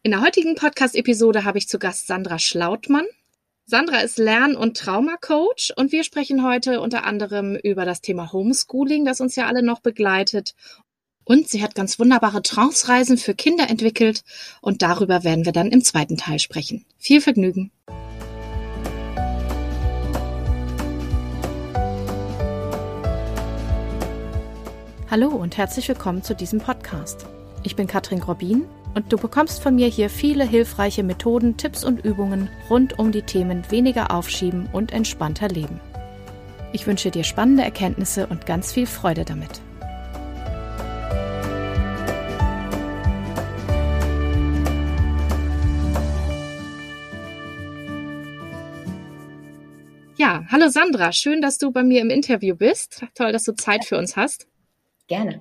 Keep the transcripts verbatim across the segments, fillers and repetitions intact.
In der heutigen Podcast-Episode habe ich zu Gast Sandra Schlautmann. Sandra ist Lern- und Traumacoach und wir sprechen heute unter anderem über das Thema Homeschooling, das uns ja alle noch begleitet. Und sie hat ganz wunderbare Trance-Reisen für Kinder entwickelt und darüber werden wir dann im zweiten Teil sprechen. Viel Vergnügen! Hallo und herzlich willkommen zu diesem Podcast. Ich bin Katrin Grobin und du bekommst von mir hier viele hilfreiche Methoden, Tipps und Übungen rund um die Themen weniger aufschieben und entspannter leben. Ich wünsche dir spannende Erkenntnisse und ganz viel Freude damit. Ja, hallo Sandra, schön, dass du bei mir im Interview bist. Toll, dass du Zeit für uns hast. Gerne.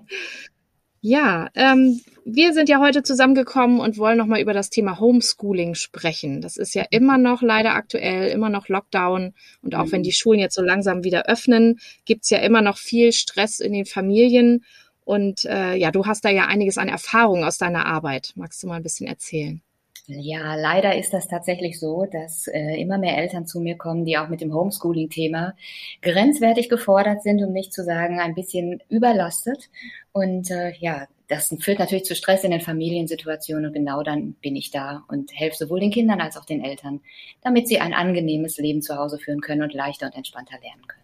Ja, ähm, wir sind ja heute zusammengekommen und wollen nochmal über das Thema Homeschooling sprechen. Das ist ja immer noch leider aktuell, immer noch Lockdown. Und auch mhm. wenn die Schulen jetzt so langsam wieder öffnen, gibt's ja immer noch viel Stress in den Familien. Und äh, ja, du hast da ja einiges an Erfahrung aus deiner Arbeit. Magst du mal ein bisschen erzählen? Ja, leider ist das tatsächlich so, dass äh, immer mehr Eltern zu mir kommen, die auch mit dem Homeschooling-Thema grenzwertig gefordert sind, um nicht zu sagen, ein bisschen überlastet. Und äh, ja, das führt natürlich zu Stress in den Familiensituationen und genau dann bin ich da und helfe sowohl den Kindern als auch den Eltern, damit sie ein angenehmes Leben zu Hause führen können und leichter und entspannter lernen können.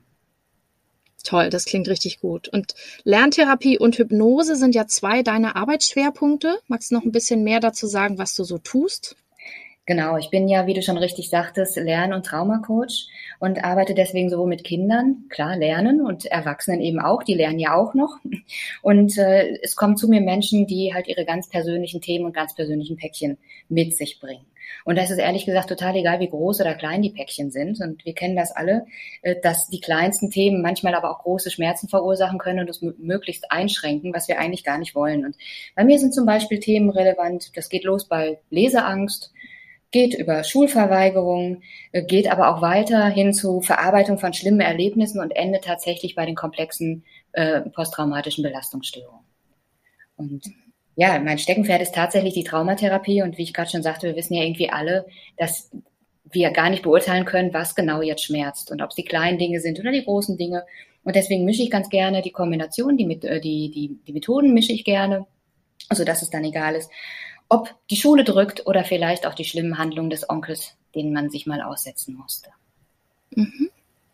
Toll, das klingt richtig gut. Und Lerntherapie und Hypnose sind ja zwei deiner Arbeitsschwerpunkte. Magst du noch ein bisschen mehr dazu sagen, was du so tust? Genau, ich bin ja, wie du schon richtig sagtest, Lern- und Traumacoach und arbeite deswegen sowohl mit Kindern, klar, lernen und Erwachsenen eben auch, die lernen ja auch noch. Und äh, es kommen zu mir Menschen, die halt ihre ganz persönlichen Themen und ganz persönlichen Päckchen mit sich bringen. Und das ist ehrlich gesagt total egal, wie groß oder klein die Päckchen sind. Und wir kennen das alle, dass die kleinsten Themen manchmal aber auch große Schmerzen verursachen können und uns möglichst einschränken, was wir eigentlich gar nicht wollen. Und bei mir sind zum Beispiel Themen relevant, das geht los bei Leseangst, geht über Schulverweigerung, geht aber auch weiter hin zu Verarbeitung von schlimmen Erlebnissen und endet tatsächlich bei den komplexen äh, posttraumatischen Belastungsstörungen. Und ja, mein Steckenpferd ist tatsächlich die Traumatherapie und wie ich gerade schon sagte, wir wissen ja irgendwie alle, dass wir gar nicht beurteilen können, was genau jetzt schmerzt und ob es die kleinen Dinge sind oder die großen Dinge. Und deswegen mische ich ganz gerne die Kombination, die, mit, äh, die, die, die Methoden mische ich gerne, also dass es dann egal ist, ob die Schule drückt oder vielleicht auch die schlimmen Handlungen des Onkels, denen man sich mal aussetzen musste. Mhm.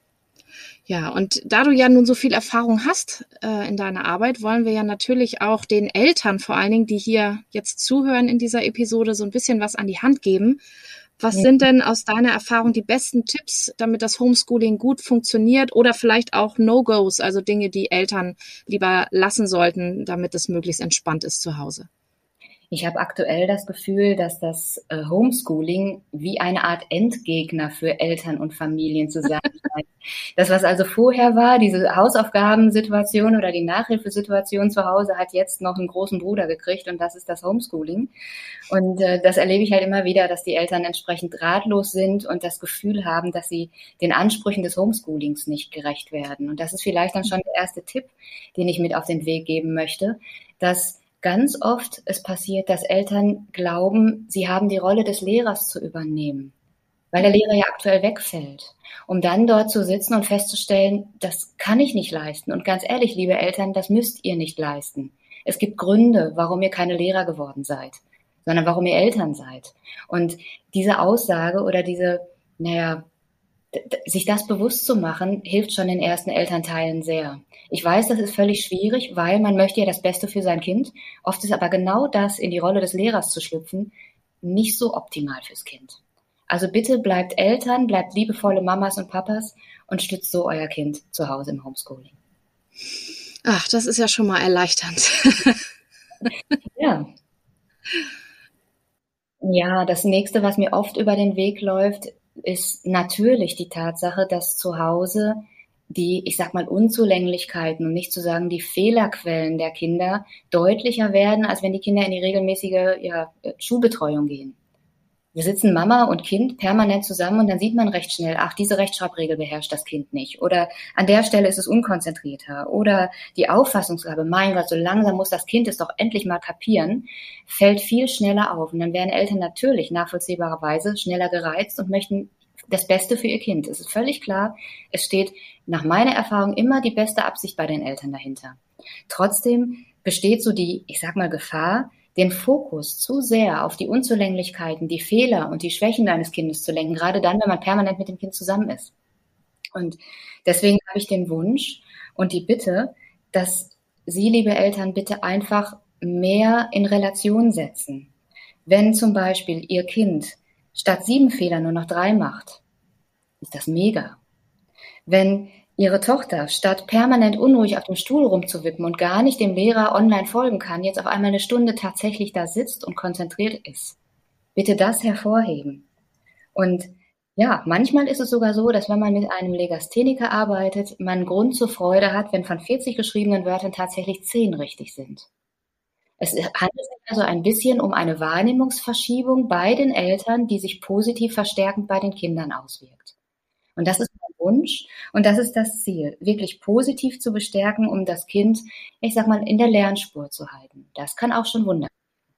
Ja, und da du ja nun so viel Erfahrung hast äh, in deiner Arbeit, wollen wir ja natürlich auch den Eltern vor allen Dingen, die hier jetzt zuhören in dieser Episode, so ein bisschen was an die Hand geben. Was sind denn aus deiner Erfahrung die besten Tipps, damit das Homeschooling gut funktioniert oder vielleicht auch No-Gos, also Dinge, die Eltern lieber lassen sollten, damit es möglichst entspannt ist zu Hause? Ich habe aktuell das Gefühl, dass das äh, Homeschooling wie eine Art Endgegner für Eltern und Familien zu sein scheint. Das, was also vorher war, diese Hausaufgabensituation oder die Nachhilfesituation zu Hause, hat jetzt noch einen großen Bruder gekriegt und das ist das Homeschooling. Und äh, das erlebe ich halt immer wieder, dass die Eltern entsprechend ratlos sind und das Gefühl haben, dass sie den Ansprüchen des Homeschoolings nicht gerecht werden. Und das ist vielleicht dann schon der erste Tipp, den ich mit auf den Weg geben möchte, dass ganz oft es passiert, dass Eltern glauben, sie haben die Rolle des Lehrers zu übernehmen, weil der Lehrer ja aktuell wegfällt, um dann dort zu sitzen und festzustellen, das kann ich nicht leisten. Und ganz ehrlich, liebe Eltern, das müsst ihr nicht leisten. Es gibt Gründe, warum ihr keine Lehrer geworden seid, sondern warum ihr Eltern seid. Und diese Aussage oder diese, naja, sich das bewusst zu machen, hilft schon den ersten Elternteilen sehr. Ich weiß, das ist völlig schwierig, weil man möchte ja das Beste für sein Kind. Oft ist aber genau das, in die Rolle des Lehrers zu schlüpfen, nicht so optimal fürs Kind. Also bitte bleibt Eltern, bleibt liebevolle Mamas und Papas und stützt so euer Kind zu Hause im Homeschooling. Ach, das ist ja schon mal erleichternd. Ja. Ja, das nächste, was mir oft über den Weg läuft, ist natürlich die Tatsache, dass zu Hause die, ich sag mal, Unzulänglichkeiten, um nicht zu sagen die Fehlerquellen der Kinder deutlicher werden, als wenn die Kinder in die regelmäßige ja, Schulbetreuung gehen. Wir sitzen Mama und Kind permanent zusammen und dann sieht man recht schnell, ach, diese Rechtschreibregel beherrscht das Kind nicht. Oder an der Stelle ist es unkonzentrierter. Oder die Auffassungsgabe, mein Gott, so langsam muss das Kind es doch endlich mal kapieren, fällt viel schneller auf. Und dann werden Eltern natürlich nachvollziehbarerweise schneller gereizt und möchten das Beste für ihr Kind. Es ist völlig klar, es steht nach meiner Erfahrung immer die beste Absicht bei den Eltern dahinter. Trotzdem besteht so die, ich sag mal, Gefahr, den Fokus zu sehr auf die Unzulänglichkeiten, die Fehler und die Schwächen deines Kindes zu lenken, gerade dann, wenn man permanent mit dem Kind zusammen ist. Und deswegen habe ich den Wunsch und die Bitte, dass Sie, liebe Eltern, bitte einfach mehr in Relation setzen. Wenn zum Beispiel Ihr Kind statt sieben Fehler nur noch drei macht, ist das mega. Wenn Ihre Tochter statt permanent unruhig auf dem Stuhl rumzuwippen und gar nicht dem Lehrer online folgen kann, jetzt auf einmal eine Stunde tatsächlich da sitzt und konzentriert ist. Bitte das hervorheben. Und ja, manchmal ist es sogar so, dass wenn man mit einem Legastheniker arbeitet, man einen Grund zur Freude hat, wenn von vierzig geschriebenen Wörtern tatsächlich zehn richtig sind. Es handelt sich also ein bisschen um eine Wahrnehmungsverschiebung bei den Eltern, die sich positiv verstärkend bei den Kindern auswirkt. Und das ist mein Wunsch und das ist das Ziel, wirklich positiv zu bestärken, um das Kind, ich sag mal, in der Lernspur zu halten. Das kann auch schon Wunder.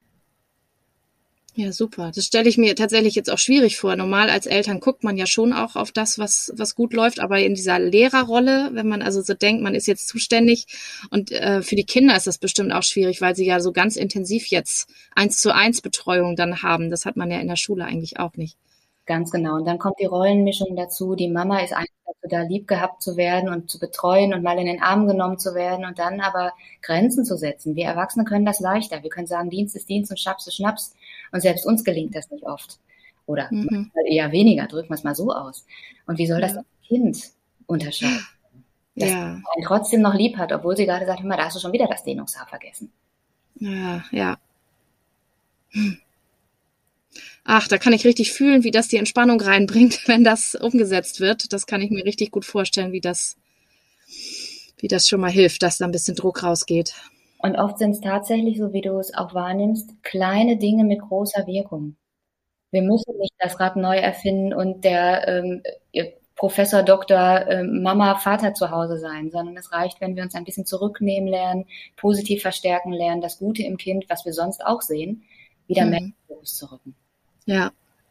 Ja, super. Das stelle ich mir tatsächlich jetzt auch schwierig vor. Normal als Eltern guckt man ja schon auch auf das, was was gut läuft, aber in dieser Lehrerrolle, wenn man also so denkt, man ist jetzt zuständig und äh, für die Kinder ist das bestimmt auch schwierig, weil sie ja so ganz intensiv jetzt eins zu eins Betreuung dann haben. Das hat man ja in der Schule eigentlich auch nicht. Ganz genau. Und dann kommt die Rollenmischung dazu. Die Mama ist eigentlich dazu da, lieb gehabt zu werden und zu betreuen und mal in den Arm genommen zu werden und dann aber Grenzen zu setzen. Wir Erwachsene können das leichter. Wir können sagen, Dienst ist Dienst und Schnaps ist Schnaps. Und selbst uns gelingt das nicht oft. Oder Mhm. eher weniger, drücken wir es mal so aus. Und wie soll das Ja. das Kind unterscheiden? Dass Ja, man ihn trotzdem noch lieb hat, obwohl sie gerade sagt, hör mal, da hast du schon wieder das Dehnungshaar vergessen. ja, ja. Hm. Ach, da kann ich richtig fühlen, wie das die Entspannung reinbringt, wenn das umgesetzt wird. Das kann ich mir richtig gut vorstellen, wie das, wie das schon mal hilft, dass da ein bisschen Druck rausgeht. Und oft sind es tatsächlich, so wie du es auch wahrnimmst, kleine Dinge mit großer Wirkung. Wir müssen nicht das Rad neu erfinden und der ähm, Professor, Doktor, ähm, Mama, Vater zu Hause sein, sondern es reicht, wenn wir uns ein bisschen zurücknehmen lernen, positiv verstärken lernen, das Gute im Kind, was wir sonst auch sehen, wieder mehr in den Fokus zu rücken. Ja.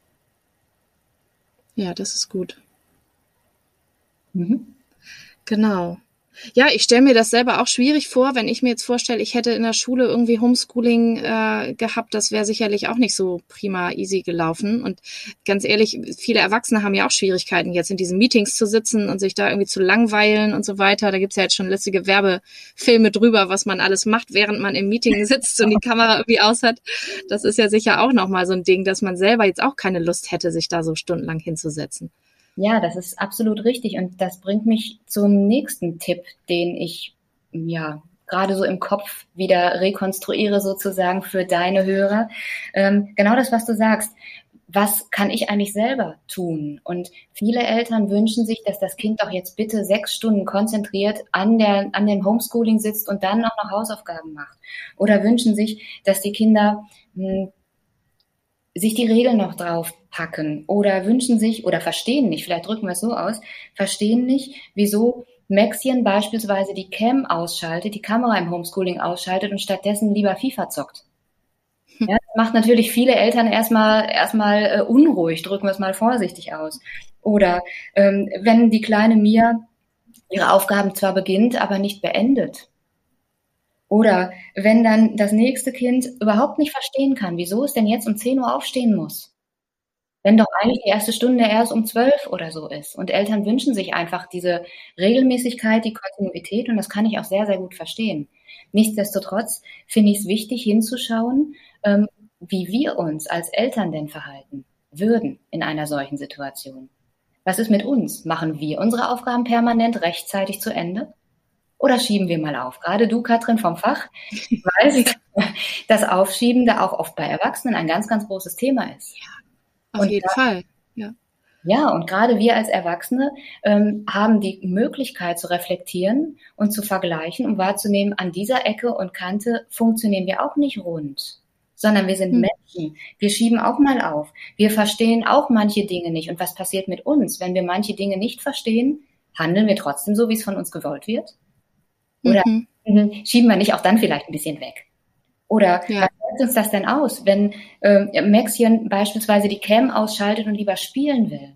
Ja, das ist gut. Mhm. Genau. Ja, ich stelle mir das selber auch schwierig vor, wenn ich mir jetzt vorstelle, ich hätte in der Schule irgendwie Homeschooling äh, gehabt, das wäre sicherlich auch nicht so prima easy gelaufen. Und ganz ehrlich, viele Erwachsene haben ja auch Schwierigkeiten, jetzt in diesen Meetings zu sitzen und sich da irgendwie zu langweilen und so weiter. Da gibt's ja jetzt schon lässige Werbefilme drüber, was man alles macht, während man im Meeting sitzt und die Kamera irgendwie aus hat. Das ist ja sicher auch nochmal so ein Ding, dass man selber jetzt auch keine Lust hätte, sich da so stundenlang hinzusetzen. Ja, das ist absolut richtig. Und das bringt mich zum nächsten Tipp, den ich ja gerade so im Kopf wieder rekonstruiere sozusagen für deine Hörer. Ähm, genau das, was du sagst. Was kann ich eigentlich selber tun? Und viele Eltern wünschen sich, dass das Kind doch jetzt bitte sechs Stunden konzentriert an der, an dem Homeschooling sitzt und dann auch noch Hausaufgaben macht. Oder wünschen sich, dass die Kinder mh, sich die Regeln noch draufpacken oder wünschen sich oder verstehen nicht, vielleicht drücken wir es so aus, verstehen nicht, wieso Maxchen beispielsweise die Cam ausschaltet, die Kamera im Homeschooling ausschaltet und stattdessen lieber FIFA zockt. Ja, das macht natürlich viele Eltern erstmal erstmal äh, unruhig, drücken wir es mal vorsichtig aus. Oder ähm, wenn die kleine Mia ihre Aufgaben zwar beginnt, aber nicht beendet. Oder wenn dann das nächste Kind überhaupt nicht verstehen kann, wieso es denn jetzt um zehn Uhr aufstehen muss. Wenn doch eigentlich die erste Stunde erst um zwölf oder so ist. Und Eltern wünschen sich einfach diese Regelmäßigkeit, die Kontinuität und das kann ich auch sehr, sehr gut verstehen. Nichtsdestotrotz finde ich es wichtig hinzuschauen, ähm, wie wir uns als Eltern denn verhalten würden in einer solchen Situation. Was ist mit uns? Machen wir unsere Aufgaben permanent rechtzeitig zu Ende? Oder schieben wir mal auf? Gerade du, Katrin, vom Fach, weißt, dass Aufschieben da auch oft bei Erwachsenen ein ganz, ganz großes Thema ist. Auf Und jeden da, Fall, ja. Ja, und gerade wir als Erwachsene ähm, haben die Möglichkeit zu reflektieren und zu vergleichen, um wahrzunehmen, an dieser Ecke und Kante funktionieren wir auch nicht rund, sondern wir sind Hm. Menschen. Wir schieben auch mal auf. Wir verstehen auch manche Dinge nicht. Und was passiert mit uns? Wenn wir manche Dinge nicht verstehen, handeln wir trotzdem so, wie es von uns gewollt wird? Oder Mhm. schieben wir nicht auch dann vielleicht ein bisschen weg? Oder Ja. was sagt uns das denn aus, wenn äh, Maxchen beispielsweise die Cam ausschaltet und lieber spielen will?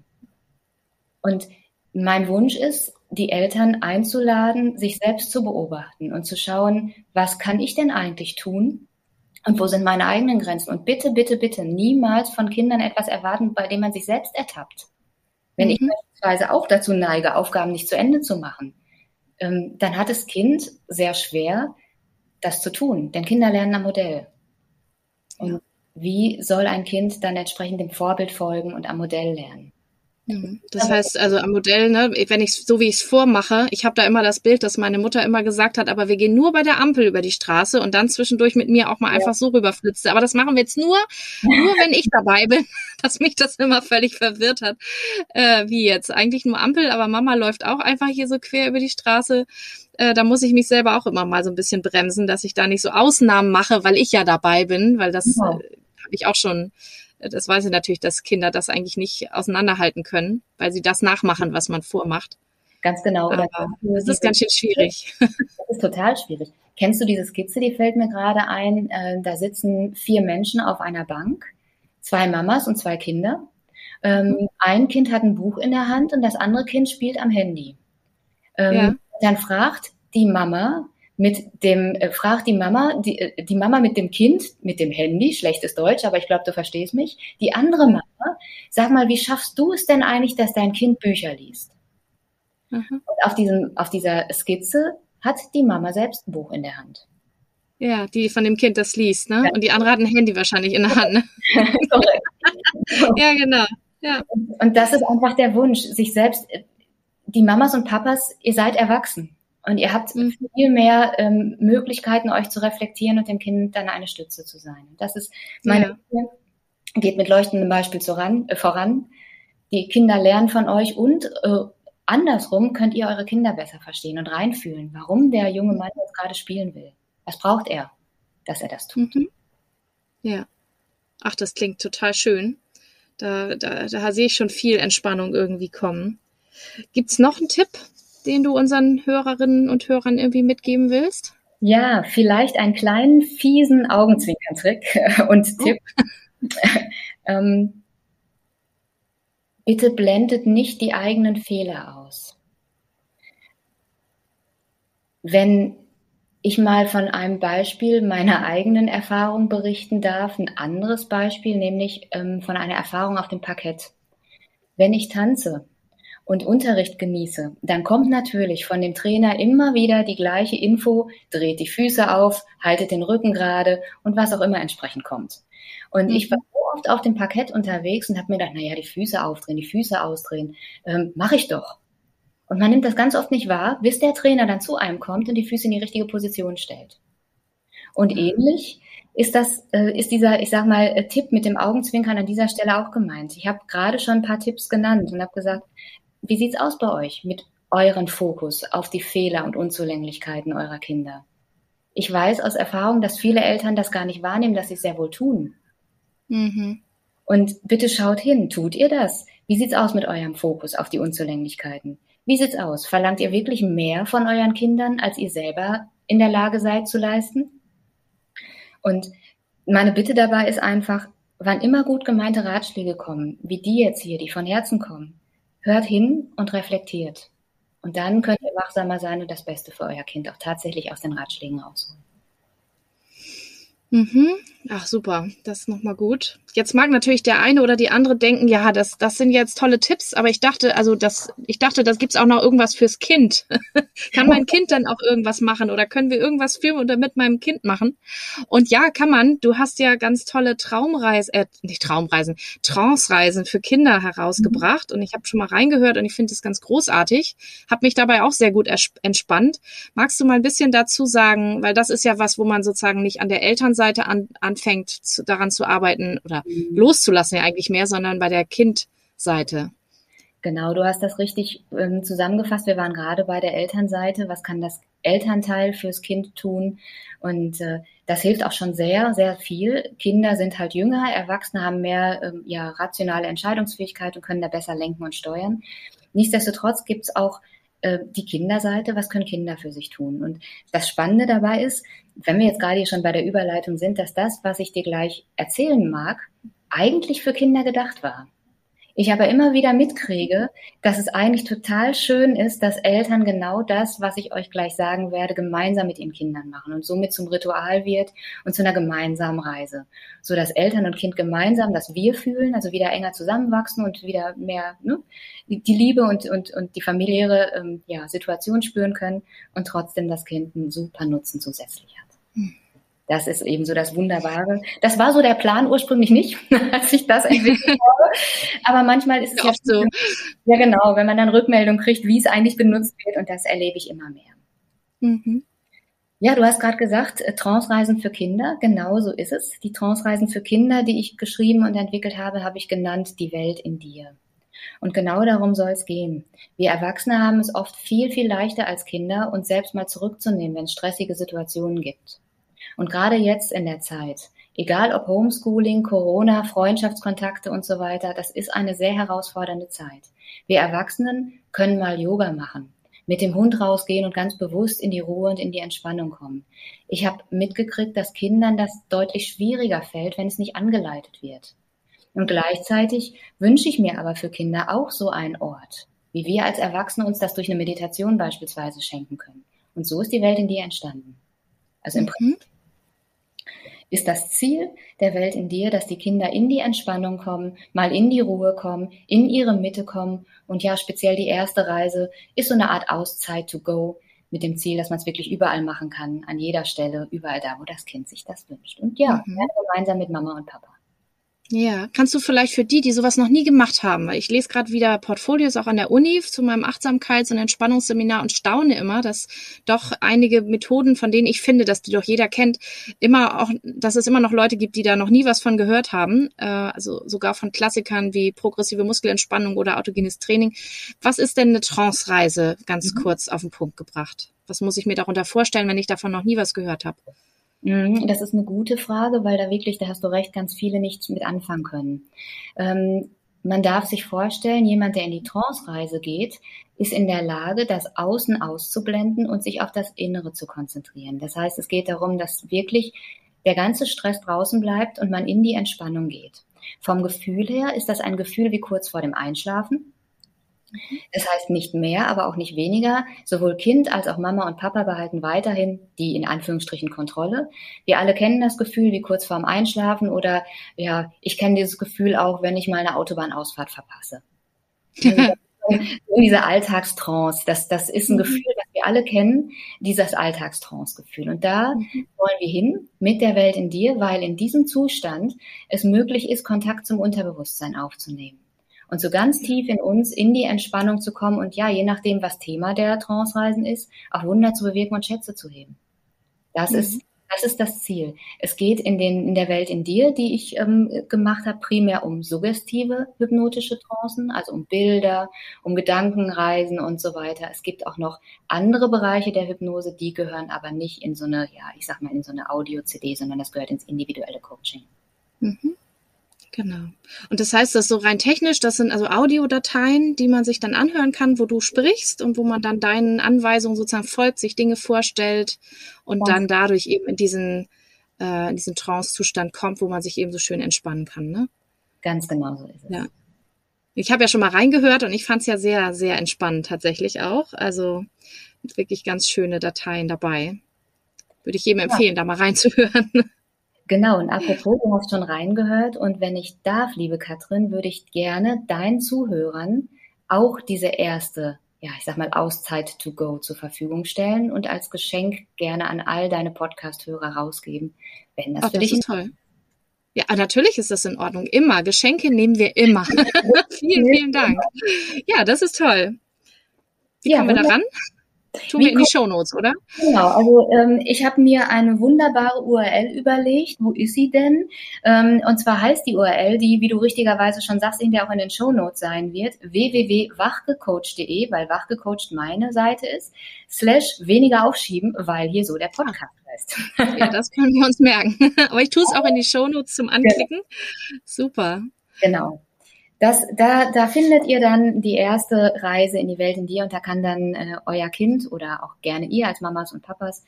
Und mein Wunsch ist, die Eltern einzuladen, sich selbst zu beobachten und zu schauen, was kann ich denn eigentlich tun und wo sind meine eigenen Grenzen? Und bitte, bitte, bitte niemals von Kindern etwas erwarten, bei dem man sich selbst ertappt. Wenn ich Mhm. beispielsweise auch dazu neige, Aufgaben nicht zu Ende zu machen, ähm, dann hat das Kind sehr schwer, das zu tun. Denn Kinder lernen am Modell. Und Ja. wie soll ein Kind dann entsprechend dem Vorbild folgen und am Modell lernen? Mhm. Das heißt, also am Modell, ne, wenn ich so wie ich es vormache, ich habe da immer das Bild, dass meine Mutter immer gesagt hat, aber wir gehen nur bei der Ampel über die Straße und dann zwischendurch mit mir auch mal einfach so rüberflitzte. Aber das machen wir jetzt nur, nur wenn ich dabei bin, dass mich das immer völlig verwirrt hat. Äh, wie jetzt? Eigentlich nur Ampel, aber Mama läuft auch einfach hier so quer über die Straße. Äh, da muss ich mich selber auch immer mal so ein bisschen bremsen, dass ich da nicht so Ausnahmen mache, weil ich ja dabei bin, weil das Genau. äh, habe ich auch schon. Das weiß ich natürlich, dass Kinder das eigentlich nicht auseinanderhalten können, weil sie das nachmachen, was man vormacht. Ganz genau. Oder Aber kennst du das ist diese ganz schön Skizze? schwierig. Das ist total schwierig. Kennst du diese Skizze, die fällt mir gerade ein? Äh, da sitzen vier Menschen auf einer Bank, zwei Mamas und zwei Kinder. Ähm, Mhm. ein Kind hat ein Buch in der Hand und das andere Kind spielt am Handy. Ähm, Ja. Dann fragt die Mama mit dem, äh, fragt die Mama, die, äh, die Mama mit dem Kind, mit dem Handy, schlechtes Deutsch, aber ich glaube, du verstehst mich, die andere Ja. Mama, sag mal, wie schaffst du es denn eigentlich, dass dein Kind Bücher liest? Aha. Und auf diesem, auf dieser Skizze hat die Mama selbst ein Buch in der Hand. Ja, die von dem Kind das liest, ne? Und die andere hat ein Handy wahrscheinlich in der Hand, ne? Korrekt. Ja, genau. Ja. Und das ist einfach der Wunsch, sich selbst, die Mamas und Papas, ihr seid erwachsen. Und ihr habt Mhm. viel mehr ähm, Möglichkeiten, euch zu reflektieren und dem Kind dann eine Stütze zu sein. Das ist meine Ja. Bitte. Geht mit leuchtendem Beispiel voran, äh, voran. Die Kinder lernen von euch und äh, andersrum könnt ihr eure Kinder besser verstehen und reinfühlen, warum der junge Mann jetzt gerade spielen will. Was braucht er, dass er das tut? Mhm. Ja. Ach, das klingt total schön. Da, da, da sehe ich schon viel Entspannung irgendwie kommen. Gibt's noch einen Tipp, den du unseren Hörerinnen und Hörern irgendwie mitgeben willst? Ja, vielleicht einen kleinen, fiesen Augenzwinkerntrick und Oh. Tipp. ähm, bitte blendet nicht die eigenen Fehler aus. Wenn ich mal von einem Beispiel meiner eigenen Erfahrung berichten darf, ein anderes Beispiel, nämlich ähm, von einer Erfahrung auf dem Parkett. Wenn ich tanze und Unterricht genieße, dann kommt natürlich von dem Trainer immer wieder die gleiche Info, dreht die Füße auf, haltet den Rücken gerade und was auch immer entsprechend kommt. Und Mhm. ich war so oft auf dem Parkett unterwegs und habe mir gedacht, naja, die Füße aufdrehen, die Füße ausdrehen, ähm, mache ich doch. Und man nimmt das ganz oft nicht wahr, bis der Trainer dann zu einem kommt und die Füße in die richtige Position stellt. Und ähnlich ist das, äh, ist dieser, ich sag mal, äh, Tipp mit dem Augenzwinkern an dieser Stelle auch gemeint. Ich habe gerade schon ein paar Tipps genannt und habe gesagt, wie sieht's aus bei euch mit euren Fokus auf die Fehler und Unzulänglichkeiten eurer Kinder? Ich weiß aus Erfahrung, dass viele Eltern das gar nicht wahrnehmen, dass sie es sehr wohl tun. Mhm. Und bitte schaut hin, tut ihr das? Wie sieht's aus mit eurem Fokus auf die Unzulänglichkeiten? Wie sieht's aus? Verlangt ihr wirklich mehr von euren Kindern, als ihr selber in der Lage seid zu leisten? Und meine Bitte dabei ist einfach, wann immer gut gemeinte Ratschläge kommen, wie die jetzt hier, die von Herzen kommen, hört hin und reflektiert. Und dann könnt ihr wachsamer sein und das Beste für euer Kind auch tatsächlich aus den Ratschlägen rausholen. Mhm. Ach, super. Das ist nochmal gut. Jetzt mag natürlich der eine oder die andere denken, ja, das, das sind jetzt tolle Tipps, aber ich dachte, also das, ich dachte, das gibt's auch noch irgendwas fürs Kind. Kann mein Kind dann auch irgendwas machen oder können wir irgendwas für oder mit meinem Kind machen? Und ja, kann man. Du hast ja ganz tolle Traumreisen, äh, nicht Traumreisen, Trance-Reisen für Kinder herausgebracht und ich habe schon mal reingehört und ich finde es ganz großartig. Habe mich dabei auch sehr gut entspannt. Magst du mal ein bisschen dazu sagen, weil das ist ja was, wo man sozusagen nicht an der Elternseite an, anfängt, zu, daran zu arbeiten oder mhm. loszulassen ja eigentlich mehr, sondern bei der Kindseite. Genau, du hast das richtig ähm, zusammengefasst. Wir waren gerade bei der Elternseite. Was kann das Elternteil fürs Kind tun? Und äh, Das hilft auch schon sehr, sehr viel. Kinder sind halt jünger, Erwachsene haben mehr ähm, ja, rationale Entscheidungsfähigkeit und können da besser lenken und steuern. Nichtsdestotrotz gibt es auch äh, die Kinderseite, was können Kinder für sich tun? Und das Spannende dabei ist, wenn wir jetzt gerade hier schon bei der Überleitung sind, dass das, was ich dir gleich erzählen mag, eigentlich für Kinder gedacht war. Ich aber immer wieder mitkriege, dass es eigentlich total schön ist, dass Eltern genau das, was ich euch gleich sagen werde, gemeinsam mit ihren Kindern machen und somit zum Ritual wird und zu einer gemeinsamen Reise. So dass Eltern und Kind gemeinsam das Wir fühlen, also wieder enger zusammenwachsen und wieder mehr ne, die Liebe und, und, und die familiäre ähm, ja, Situation spüren können und trotzdem das Kind einen super Nutzen zusätzlich hat. Hm. Das ist eben so das Wunderbare. Das war so der Plan ursprünglich nicht, als ich das entwickelt habe. Aber manchmal ist es ja, oft so. Ja, genau, wenn man dann Rückmeldung kriegt, wie es eigentlich genutzt wird. Und das erlebe ich immer mehr. Mhm. Ja, du hast gerade gesagt, Trance-Reisen für Kinder. Genau so ist es. Die Trance-Reisen für Kinder, die ich geschrieben und entwickelt habe, habe ich genannt, die Welt in dir. Und genau darum soll es gehen. Wir Erwachsene haben es oft viel, viel leichter als Kinder, uns selbst mal zurückzunehmen, wenn es stressige Situationen gibt. Und gerade jetzt in der Zeit, egal ob Homeschooling, Corona, Freundschaftskontakte und so weiter, das ist eine sehr herausfordernde Zeit. Wir Erwachsenen können mal Yoga machen, mit dem Hund rausgehen und ganz bewusst in die Ruhe und in die Entspannung kommen. Ich habe mitgekriegt, dass Kindern das deutlich schwieriger fällt, wenn es nicht angeleitet wird. Und gleichzeitig wünsche ich mir aber für Kinder auch so einen Ort, wie wir als Erwachsene uns das durch eine Meditation beispielsweise schenken können. Und so ist die Welt in dir entstanden. Also im Mhm. Prinzip ist das Ziel der Welt in dir, dass die Kinder in die Entspannung kommen, mal in die Ruhe kommen, in ihre Mitte kommen. Und ja, speziell die erste Reise ist so eine Art Auszeit to go mit dem Ziel, dass man es wirklich überall machen kann, an jeder Stelle, überall da, wo das Kind sich das wünscht. Und ja, Mhm. gemeinsam mit Mama und Papa. Ja, kannst du vielleicht für die, die sowas noch nie gemacht haben, weil ich lese gerade wieder Portfolios auch an der Uni zu meinem Achtsamkeits- und Entspannungsseminar und staune immer, dass doch einige Methoden, von denen ich finde, dass die doch jeder kennt, immer auch, dass es immer noch Leute gibt, die da noch nie was von gehört haben, äh, also sogar von Klassikern wie progressive Muskelentspannung oder autogenes Training. Was ist denn eine Trance-Reise, ganz mhm. kurz auf den Punkt gebracht? Was muss ich mir darunter vorstellen, wenn ich davon noch nie was gehört habe? Das ist eine gute Frage, weil da wirklich, da hast du recht, ganz viele nichts mit anfangen können. Ähm, man darf sich vorstellen, jemand, der in die Trance-Reise geht, ist in der Lage, das Außen auszublenden und sich auf das Innere zu konzentrieren. Das heißt, es geht darum, dass wirklich der ganze Stress draußen bleibt und man in die Entspannung geht. Vom Gefühl her ist das ein Gefühl wie kurz vor dem Einschlafen. Das heißt nicht mehr, aber auch nicht weniger. Sowohl Kind als auch Mama und Papa behalten weiterhin die in Anführungsstrichen Kontrolle. Wir alle kennen das Gefühl wie kurz vorm Einschlafen oder ja, ich kenne dieses Gefühl auch, wenn ich mal eine Autobahnausfahrt verpasse. Also diese Alltagstrance, das, das ist ein mhm. Gefühl, das wir alle kennen, dieses Alltagstrance-Gefühl. Und da mhm. wollen wir hin mit der Welt in dir, weil in diesem Zustand es möglich ist, Kontakt zum Unterbewusstsein aufzunehmen. Und so ganz tief in uns in die Entspannung zu kommen und ja, je nachdem, was Thema der Trance-Reisen ist, auch Wunder zu bewirken und Schätze zu heben. Das mhm. ist das ist das Ziel. Es geht in den in der Welt in dir, die ich ähm, gemacht habe, primär um suggestive hypnotische Trancen, also um Bilder, um Gedankenreisen und so weiter. Es gibt auch noch andere Bereiche der Hypnose, die gehören aber nicht in so eine, ja, ich sag mal in so eine Audio-C D, sondern das gehört ins individuelle Coaching. Mhm. Genau. Und das heißt, das ist so rein technisch, das sind also Audiodateien, die man sich dann anhören kann, wo du sprichst und wo man dann deinen Anweisungen sozusagen folgt, sich Dinge vorstellt und ja. dann dadurch eben in diesen, äh, in diesen Trance-Zustand kommt, wo man sich eben so schön entspannen kann, ne? Ganz genau so ist es. Ja. Ich habe ja schon mal reingehört und ich fand es ja sehr, sehr entspannend tatsächlich auch. Also wirklich ganz schöne Dateien dabei. Würde ich jedem empfehlen, ja. da mal reinzuhören. Genau, und apropos, du hast schon reingehört und wenn ich darf, liebe Katrin, würde ich gerne deinen Zuhörern auch diese erste, ja, ich sag mal, Auszeit to go zur Verfügung stellen und als Geschenk gerne an all deine Podcast-Hörer rausgeben, wenn das Ach, für das dich ist toll. Ja, natürlich ist das in Ordnung. Immer. Geschenke nehmen wir immer. vielen, vielen Dank. Ja, das ist toll. Wie ja, kommen wir da ran? Tun wir in die Shownotes, oder? Genau, also ähm, ich habe mir eine wunderbare U R L überlegt. Wo ist sie denn? Ähm, und zwar heißt die U R L, die, wie du richtigerweise schon sagst, in der auch in den Shownotes sein wird, w w w punkt wachgecoacht punkt de, weil wachgecoacht meine Seite ist, slash weniger aufschieben, weil hier so der Podcast ah. heißt. Ja, das können wir uns merken. Aber ich tue es auch in die Shownotes zum Anklicken. Genau. Super. Genau. Das, da, da findet ihr dann die erste Reise in die Welt in dir und da kann dann äh, euer Kind oder auch gerne ihr als Mamas und Papas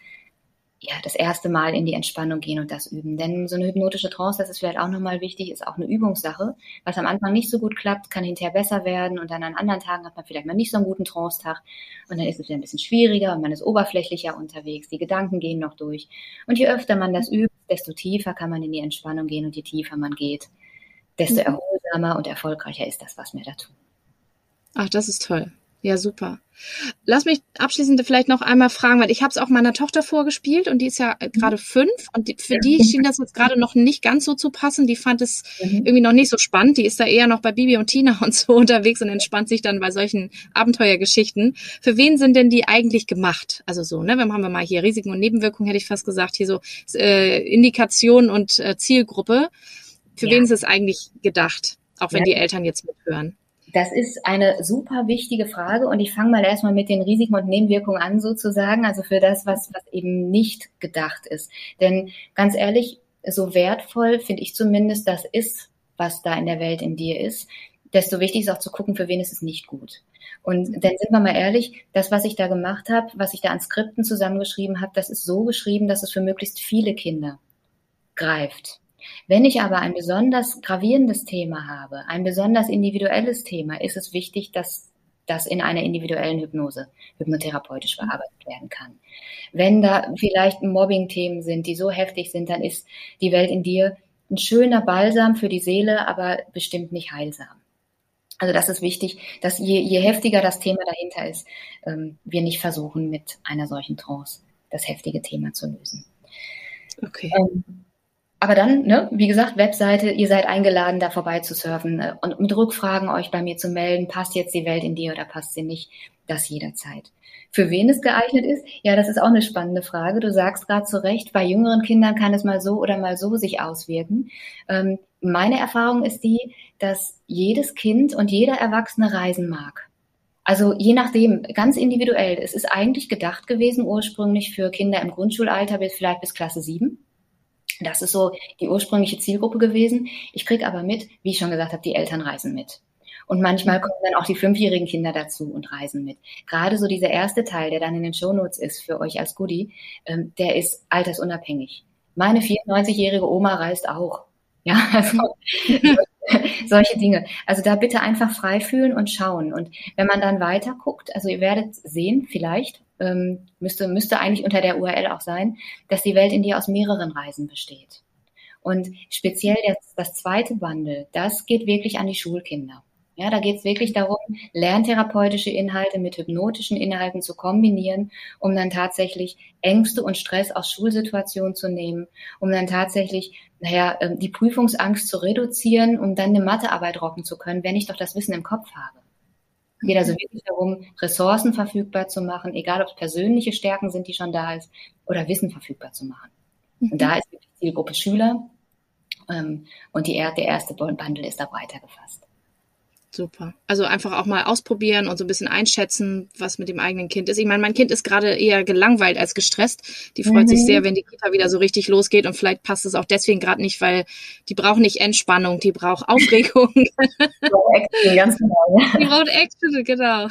ja das erste Mal in die Entspannung gehen und das üben. Denn so eine hypnotische Trance, das ist vielleicht auch nochmal wichtig, ist auch eine Übungssache. Was am Anfang nicht so gut klappt, kann hinterher besser werden und dann an anderen Tagen hat man vielleicht mal nicht so einen guten Trance-Tag und dann ist es wieder ein bisschen schwieriger und man ist oberflächlicher unterwegs, die Gedanken gehen noch durch. Und je öfter man das übt, desto tiefer kann man in die Entspannung gehen und je tiefer man geht, desto erholsamer und erfolgreicher ist das, was wir da tun. Ach, das ist toll. Ja, super. Lass mich abschließend vielleicht noch einmal fragen, weil ich habe es auch meiner Tochter vorgespielt und die ist ja gerade fünf und die, für die schien das jetzt gerade noch nicht ganz so zu passen. Die fand es mhm. irgendwie noch nicht so spannend. Die ist da eher noch bei Bibi und Tina und so unterwegs und entspannt sich dann bei solchen Abenteuergeschichten. Für wen sind denn die eigentlich gemacht? Also so, ne, wenn haben wir mal hier Risiken und Nebenwirkungen, hätte ich fast gesagt, hier so äh, Indikation und äh, Zielgruppe. Für ja. wen ist es eigentlich gedacht? Auch wenn ja. die Eltern jetzt mithören. Das ist eine super wichtige Frage und ich fange mal erstmal mit den Risiken und Nebenwirkungen an sozusagen, also für das, was, was eben nicht gedacht ist. Denn ganz ehrlich, so wertvoll finde ich zumindest das ist, was da in der Welt in dir ist, desto wichtig ist auch zu gucken, für wen ist es nicht gut. Und dann sind wir mal ehrlich, das, was ich da gemacht habe, was ich da an Skripten zusammengeschrieben habe, das ist so geschrieben, dass es für möglichst viele Kinder greift. Wenn ich aber ein besonders gravierendes Thema habe, ein besonders individuelles Thema, ist es wichtig, dass das in einer individuellen Hypnose, hypnotherapeutisch bearbeitet werden kann. Wenn da vielleicht Mobbing-Themen sind, die so heftig sind, dann ist die Welt in dir ein schöner Balsam für die Seele, aber bestimmt nicht heilsam. Also das ist wichtig, dass je, je heftiger das Thema dahinter ist, ähm, wir nicht versuchen, mit einer solchen Trance das heftige Thema zu lösen. Okay. Ähm, Aber dann, ne, wie gesagt, Webseite, ihr seid eingeladen, da vorbei zu surfen äh, und mit Rückfragen euch bei mir zu melden. Passt jetzt die Welt in dir oder passt sie nicht? Das jederzeit. Für wen es geeignet ist? Ja, das ist auch eine spannende Frage. Du sagst gerade zu Recht, bei jüngeren Kindern kann es mal so oder mal so sich auswirken. Ähm, meine Erfahrung ist die, dass jedes Kind und jeder Erwachsene reisen mag. Also je nachdem, ganz individuell. Es ist eigentlich gedacht gewesen ursprünglich für Kinder im Grundschulalter bis vielleicht bis Klasse sieben. Das ist so die ursprüngliche Zielgruppe gewesen. Ich kriege aber mit, wie ich schon gesagt habe, die Eltern reisen mit. Und manchmal kommen dann auch die fünfjährigen Kinder dazu und reisen mit. Gerade so dieser erste Teil, der dann in den Shownotes ist für euch als Goodie, ähm, der ist altersunabhängig. Meine vierundneunzigjährige Oma reist auch. Ja, also solche Dinge. Also da bitte einfach frei fühlen und schauen. Und wenn man dann weiter guckt, also ihr werdet sehen, vielleicht, ähm, müsste, müsste eigentlich unter der U R L auch sein, dass die Welt in dir aus mehreren Reisen besteht. Und speziell das, das zweite Bundle, das geht wirklich an die Schulkinder. Ja, da geht es wirklich darum, lerntherapeutische Inhalte mit hypnotischen Inhalten zu kombinieren, um dann tatsächlich Ängste und Stress aus Schulsituationen zu nehmen, um dann tatsächlich, naja, die Prüfungsangst zu reduzieren, um dann eine Mathearbeit rocken zu können, wenn ich doch das Wissen im Kopf habe. Es geht also wirklich darum, Ressourcen verfügbar zu machen, egal ob es persönliche Stärken sind, die schon da ist, oder Wissen verfügbar zu machen. Und da ist die Zielgruppe Schüler ähm, und die, der erste Bundle ist da breiter gefasst. Super. Also einfach auch mal ausprobieren und so ein bisschen einschätzen, was mit dem eigenen Kind ist. Ich meine, mein Kind ist gerade eher gelangweilt als gestresst. Die freut mhm. sich sehr, wenn die Kita wieder so richtig losgeht und vielleicht passt es auch deswegen gerade nicht, weil die braucht nicht Entspannung, die braucht Aufregung. Die braucht Action, ganz genau. Ja. Die braucht Action, genau.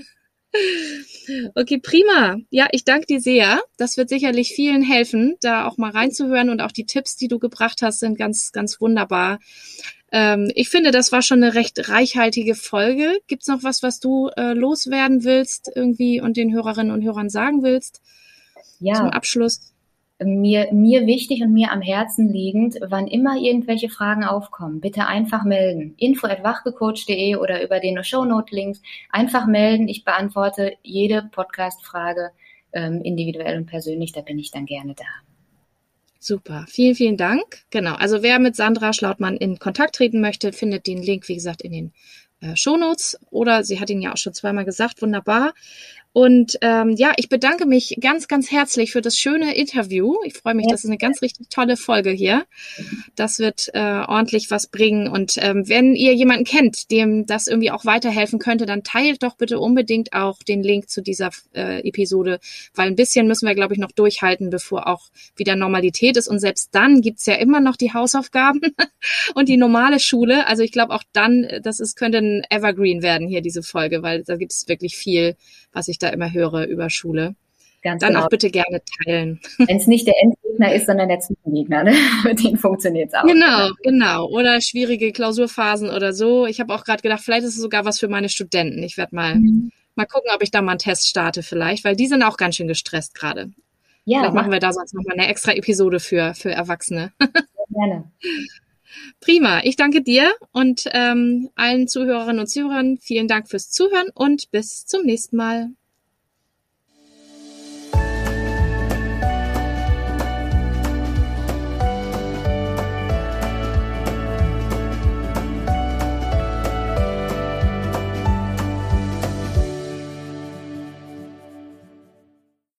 Okay, prima. Ja, ich danke dir sehr. Das wird sicherlich vielen helfen, da auch mal reinzuhören und auch die Tipps, die du gebracht hast, sind ganz, ganz wunderbar. Ähm, ich finde, das war schon eine recht reichhaltige Folge. Gibt's noch was, was du äh, loswerden willst irgendwie und den Hörerinnen und Hörern sagen willst? Ja. Zum Abschluss. Mir, mir wichtig und mir am Herzen liegend, wann immer irgendwelche Fragen aufkommen, bitte einfach melden. info at wachgecoacht punkt de oder über den Shownote-Links. Einfach melden. Ich beantworte jede Podcast-Frage ähm, individuell und persönlich. Da bin ich dann gerne da. Super, vielen, vielen Dank. Genau, also wer mit Sandra Schlautmann in Kontakt treten möchte, findet den Link, wie gesagt, in den äh, Shownotes. Oder sie hat ihn ja auch schon zweimal gesagt, wunderbar. Und ähm, ja, ich bedanke mich ganz, ganz herzlich für das schöne Interview. Ich freue mich, das ist eine ganz richtig tolle Folge hier. Das wird äh, ordentlich was bringen. Und ähm, wenn ihr jemanden kennt, dem das irgendwie auch weiterhelfen könnte, dann teilt doch bitte unbedingt auch den Link zu dieser äh, Episode, weil ein bisschen müssen wir, glaube ich, noch durchhalten, bevor auch wieder Normalität ist. Und selbst dann gibt's ja immer noch die Hausaufgaben und die normale Schule. Also ich glaube auch dann, das ist, könnte ein Evergreen werden hier, diese Folge, weil da gibt es wirklich viel, was ich da immer höre über Schule. Ganz Dann genau. auch bitte gerne teilen. Wenn es nicht der Endgegner ist, sondern der Zwischengegner, ne? Mit denen funktioniert's auch. Genau, genau. Oder schwierige Klausurphasen oder so. Ich habe auch gerade gedacht, vielleicht ist es sogar was für meine Studenten. Ich werde mal, mhm. mal gucken, ob ich da mal einen Test starte vielleicht, weil die sind auch ganz schön gestresst gerade. Ja, vielleicht machen wir da sonst noch mal eine extra Episode für, für Erwachsene. Sehr gerne. Prima. Ich danke dir und ähm, allen Zuhörerinnen und Zuhörern vielen Dank fürs Zuhören und bis zum nächsten Mal.